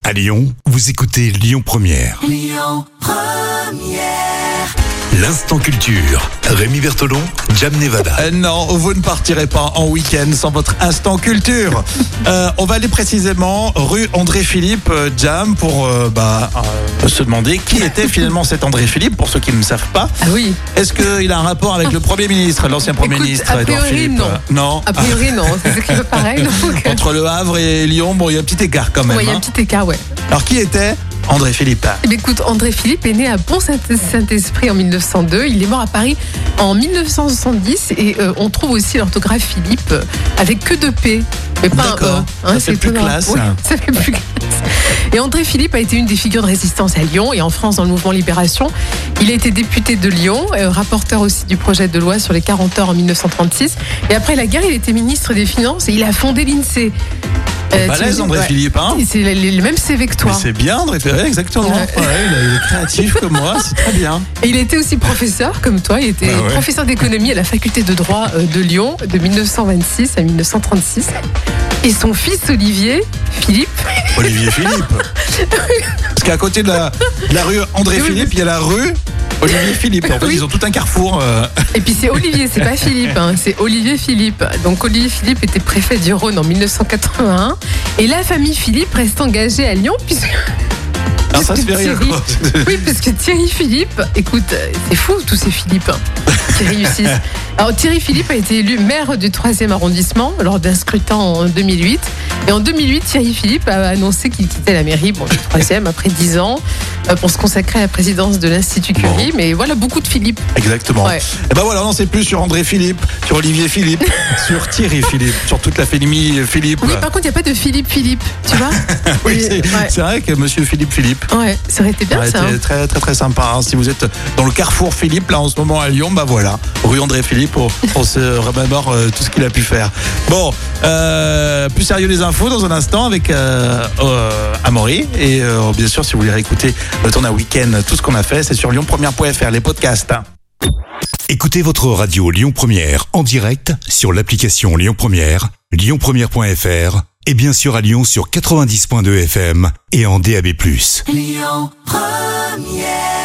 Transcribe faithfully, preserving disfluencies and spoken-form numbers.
À Lyon, vous écoutez Lyon Première. Lyon Première. L'instant culture. Rémi Bertolon, Jam Nevada. Euh, non, vous ne partirez pas en week-end sans votre instant culture. euh, on va aller précisément rue André-Philippe, euh, Jam, pour euh, bah, euh, se demander qui était finalement cet André-Philippe, pour ceux qui ne savent pas. Ah oui. Est-ce qu'il a un rapport avec le Premier ministre, l'ancien Premier Écoute, ministre a Édouard priori, Philippe? non. Non. A priori, non. C'est ce qui veut pareil. Donc... Entre Le Havre et Lyon, bon, il y a un petit écart quand même. Ouais, il y a hein. un petit écart, ouais. Alors, qui était André Philippe? Eh bien, écoute, André Philippe est né à Pont-Saint-Esprit en mille neuf cent deux. Il est mort à Paris en mille neuf cent soixante-dix. Et euh, on trouve aussi l'orthographe Philippe euh, avec que deux P. Mais pas D'accord. un E. Ça fait plus étonnant. classe. Oui, ça fait plus classe. Et André Philippe a été une des figures de résistance à Lyon et en France dans le mouvement Libération. Il a été député de Lyon, euh, rapporteur aussi du projet de loi sur les quarante heures en mille neuf cent trente-six. Et après la guerre, il était ministre des Finances et il a fondé l'INSEE. Euh, balèze André ouais. Philippe, hein. C'est le, le même C V que toi. Mais c'est bien André Philippe, exactement. Ouais. Ouais, il est créatif comme moi, c'est très bien. Et il était aussi professeur, comme toi. Il était Ah ouais. professeur d'économie à la faculté de droit de Lyon de mille neuf cent vingt-six à mille neuf cent trente-six. Et son fils Olivier Philippe. Olivier Philippe. Parce qu'à côté de la, de la rue André Oui, Philippe, il y a la rue Olivier Philippe. En fait, Oui. ils ont tout un carrefour. euh. Et puis c'est Olivier, c'est pas Philippe, hein, c'est Olivier Philippe. Donc Olivier Philippe était préfet du Rhône en mille neuf cent quatre-vingt-un. Et la famille Philippe reste engagée à Lyon puisque... Alors ça se fait rire. Thierry- quoi. Oui, parce que Thierry Philippe, écoute, euh, c'est fou tous ces Philippe hein, qui réussissent. Alors Thierry Philippe a été élu maire du troisième arrondissement lors d'un scrutin en deux mille huit. Et en deux mille huit, Thierry Philippe a annoncé qu'il quittait la mairie, bon, du troisième, après dix ans, euh, pour se consacrer à la présidence de l'Institut Curie. Bon. Mais voilà, beaucoup de Philippe. Exactement. Ouais. Et ben voilà, on n'en sait plus sur André Philippe, sur Olivier Philippe, sur Thierry Philippe, sur toute la famille Philippe. Oui, par contre, il n'y a pas de Philippe Philippe, tu vois. Oui, Et- c'est ouais. c'est vrai que monsieur Philippe Philippe. Ouais, ça aurait été bien Ouais, ça. c'était hein. très très très sympa. hein. Si vous êtes dans le carrefour Philippe là en ce moment à Lyon, bah voilà, rue André Philippe, on, on se remémore euh, tout ce qu'il a pu faire. Bon, euh, plus sérieux les infos dans un instant avec euh, euh, Amaury et euh, bien sûr si vous voulez réécouter le temps d'un week-end, tout ce qu'on a fait, c'est sur lyon première point f r les podcasts. hein. Écoutez votre radio Lyon Première en direct sur l'application Lyon Première, lyon première point f r et bien sûr à Lyon sur quatre-vingt-dix point deux F M et en D A B plus. Lyon Première.